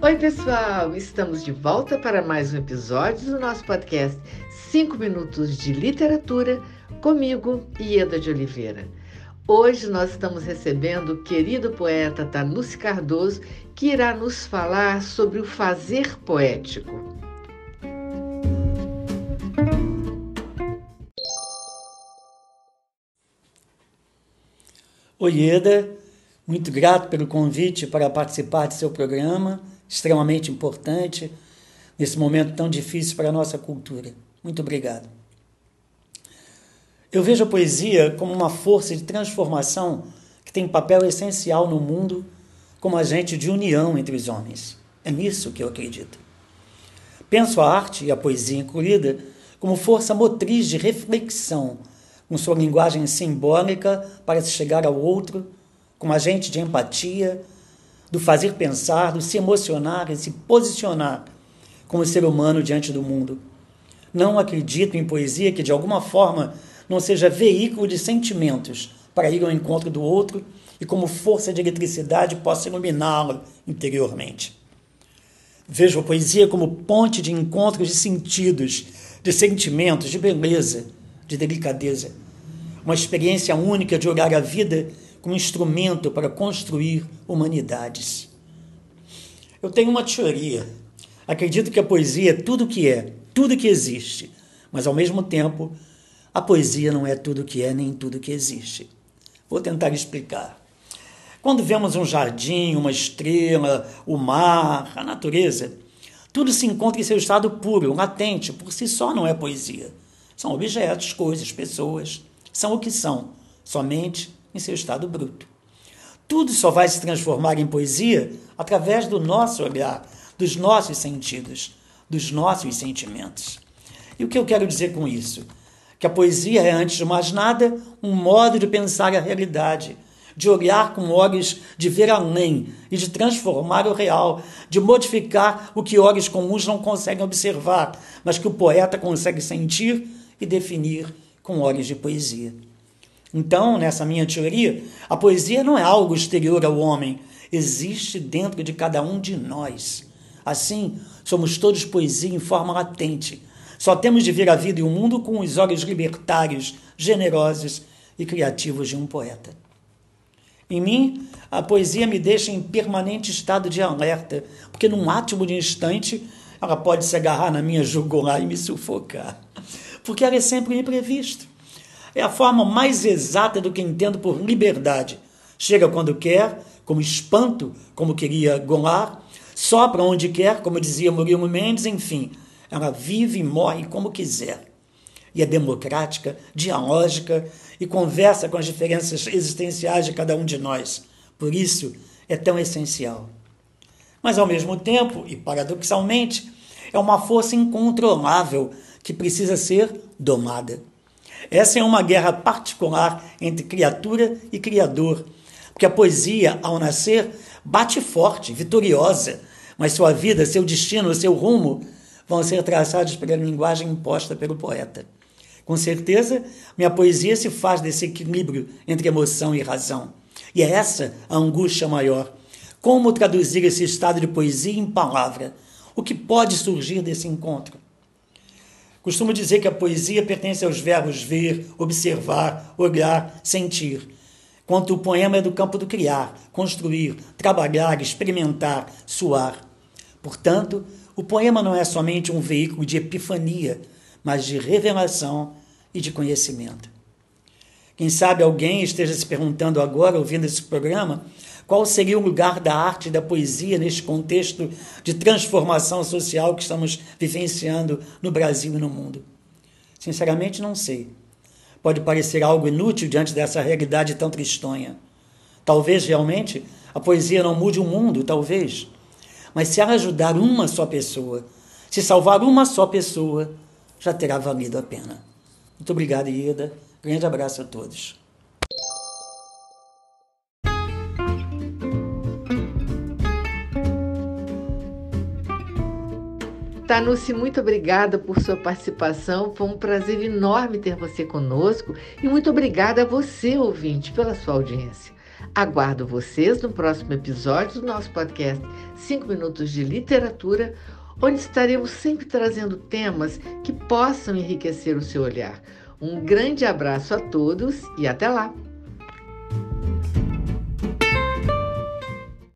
Oi, pessoal! Estamos de volta para mais um episódio do nosso podcast 5 Minutos de Literatura, comigo, Ieda de Oliveira. Hoje nós estamos recebendo o querido poeta Tanucy Cardoso, que irá nos falar sobre o fazer poético. Oi, Ieda, muito grato pelo convite para participar de seu programa, extremamente importante, nesse momento tão difícil para a nossa cultura. Muito obrigado. Eu vejo a poesia como uma força de transformação que tem papel essencial no mundo como agente de união entre os homens. É nisso que eu acredito. Penso a arte, e a poesia incluída, como força motriz de reflexão, com sua linguagem simbólica para se chegar ao outro, como agente de empatia, do fazer pensar, do se emocionar e se posicionar como ser humano diante do mundo. Não acredito em poesia que, de alguma forma, não seja veículo de sentimentos para ir ao encontro do outro e como força de eletricidade possa iluminá-lo interiormente. Vejo a poesia como ponte de encontros de sentidos, de sentimentos, de beleza, de delicadeza. Uma experiência única de olhar a vida como instrumento para construir humanidades. Eu tenho uma teoria. Acredito que a poesia é, tudo que existe, mas ao mesmo tempo, a poesia não é tudo que é nem tudo que existe. Vou tentar explicar. Quando vemos um jardim, uma estrela, o mar, a natureza, tudo se encontra em seu estado puro, latente, por si só não é poesia. São objetos, coisas, pessoas, são o que são, somente em seu estado bruto. Tudo só vai se transformar em poesia através do nosso olhar, dos nossos sentidos, dos nossos sentimentos. E o que eu quero dizer com isso? Que a poesia é, antes de mais nada, um modo de pensar a realidade, de olhar com olhos de ver além e de transformar o real, de modificar o que olhos comuns não conseguem observar, mas que o poeta consegue sentir e definir com olhos de poesia. Então, nessa minha teoria, a poesia não é algo exterior ao homem, existe dentro de cada um de nós. Assim, somos todos poesia em forma latente. Só temos de ver a vida e o mundo com os olhos libertários, generosos e criativos de um poeta. Em mim, a poesia me deixa em permanente estado de alerta, porque num átomo de instante, ela pode se agarrar na minha jugular e me sufocar. Porque ela é sempre um imprevisto. É a forma mais exata do que entendo por liberdade. Chega quando quer, como espanto, como queria Goulart, sopra onde quer, como dizia Murilo Mendes, enfim, ela vive e morre como quiser. E é democrática, dialógica e conversa com as diferenças existenciais de cada um de nós. Por isso, é tão essencial. Mas, ao mesmo tempo, e paradoxalmente, é uma força incontrolável que precisa ser domada. Essa é uma guerra particular entre criatura e criador, porque a poesia, ao nascer, bate forte, vitoriosa, mas sua vida, seu destino, seu rumo vão ser traçados pela linguagem imposta pelo poeta. Com certeza, minha poesia se faz desse equilíbrio entre emoção e razão. E é essa a angústia maior. Como traduzir esse estado de poesia em palavra? O que pode surgir desse encontro? Costumo dizer que a poesia pertence aos verbos ver, observar, olhar, sentir, enquanto o poema é do campo do criar, construir, trabalhar, experimentar, suar. Portanto, o poema não é somente um veículo de epifania, mas de revelação e de conhecimento. Quem sabe alguém esteja se perguntando agora, ouvindo esse programa, qual seria o lugar da arte e da poesia neste contexto de transformação social que estamos vivenciando no Brasil e no mundo? Sinceramente, não sei. Pode parecer algo inútil diante dessa realidade tão tristonha. Talvez, realmente, a poesia não mude o mundo, talvez. Mas se ela ajudar uma só pessoa, se salvar uma só pessoa, já terá valido a pena. Muito obrigado, Ieda. Grande abraço a todos. Tanucy, muito obrigada por sua participação. Foi um prazer enorme ter você conosco e muito obrigada a você, ouvinte, pela sua audiência. Aguardo vocês no próximo episódio do nosso podcast 5 Minutos de Literatura, onde estaremos sempre trazendo temas que possam enriquecer o seu olhar. Um grande abraço a todos e até lá!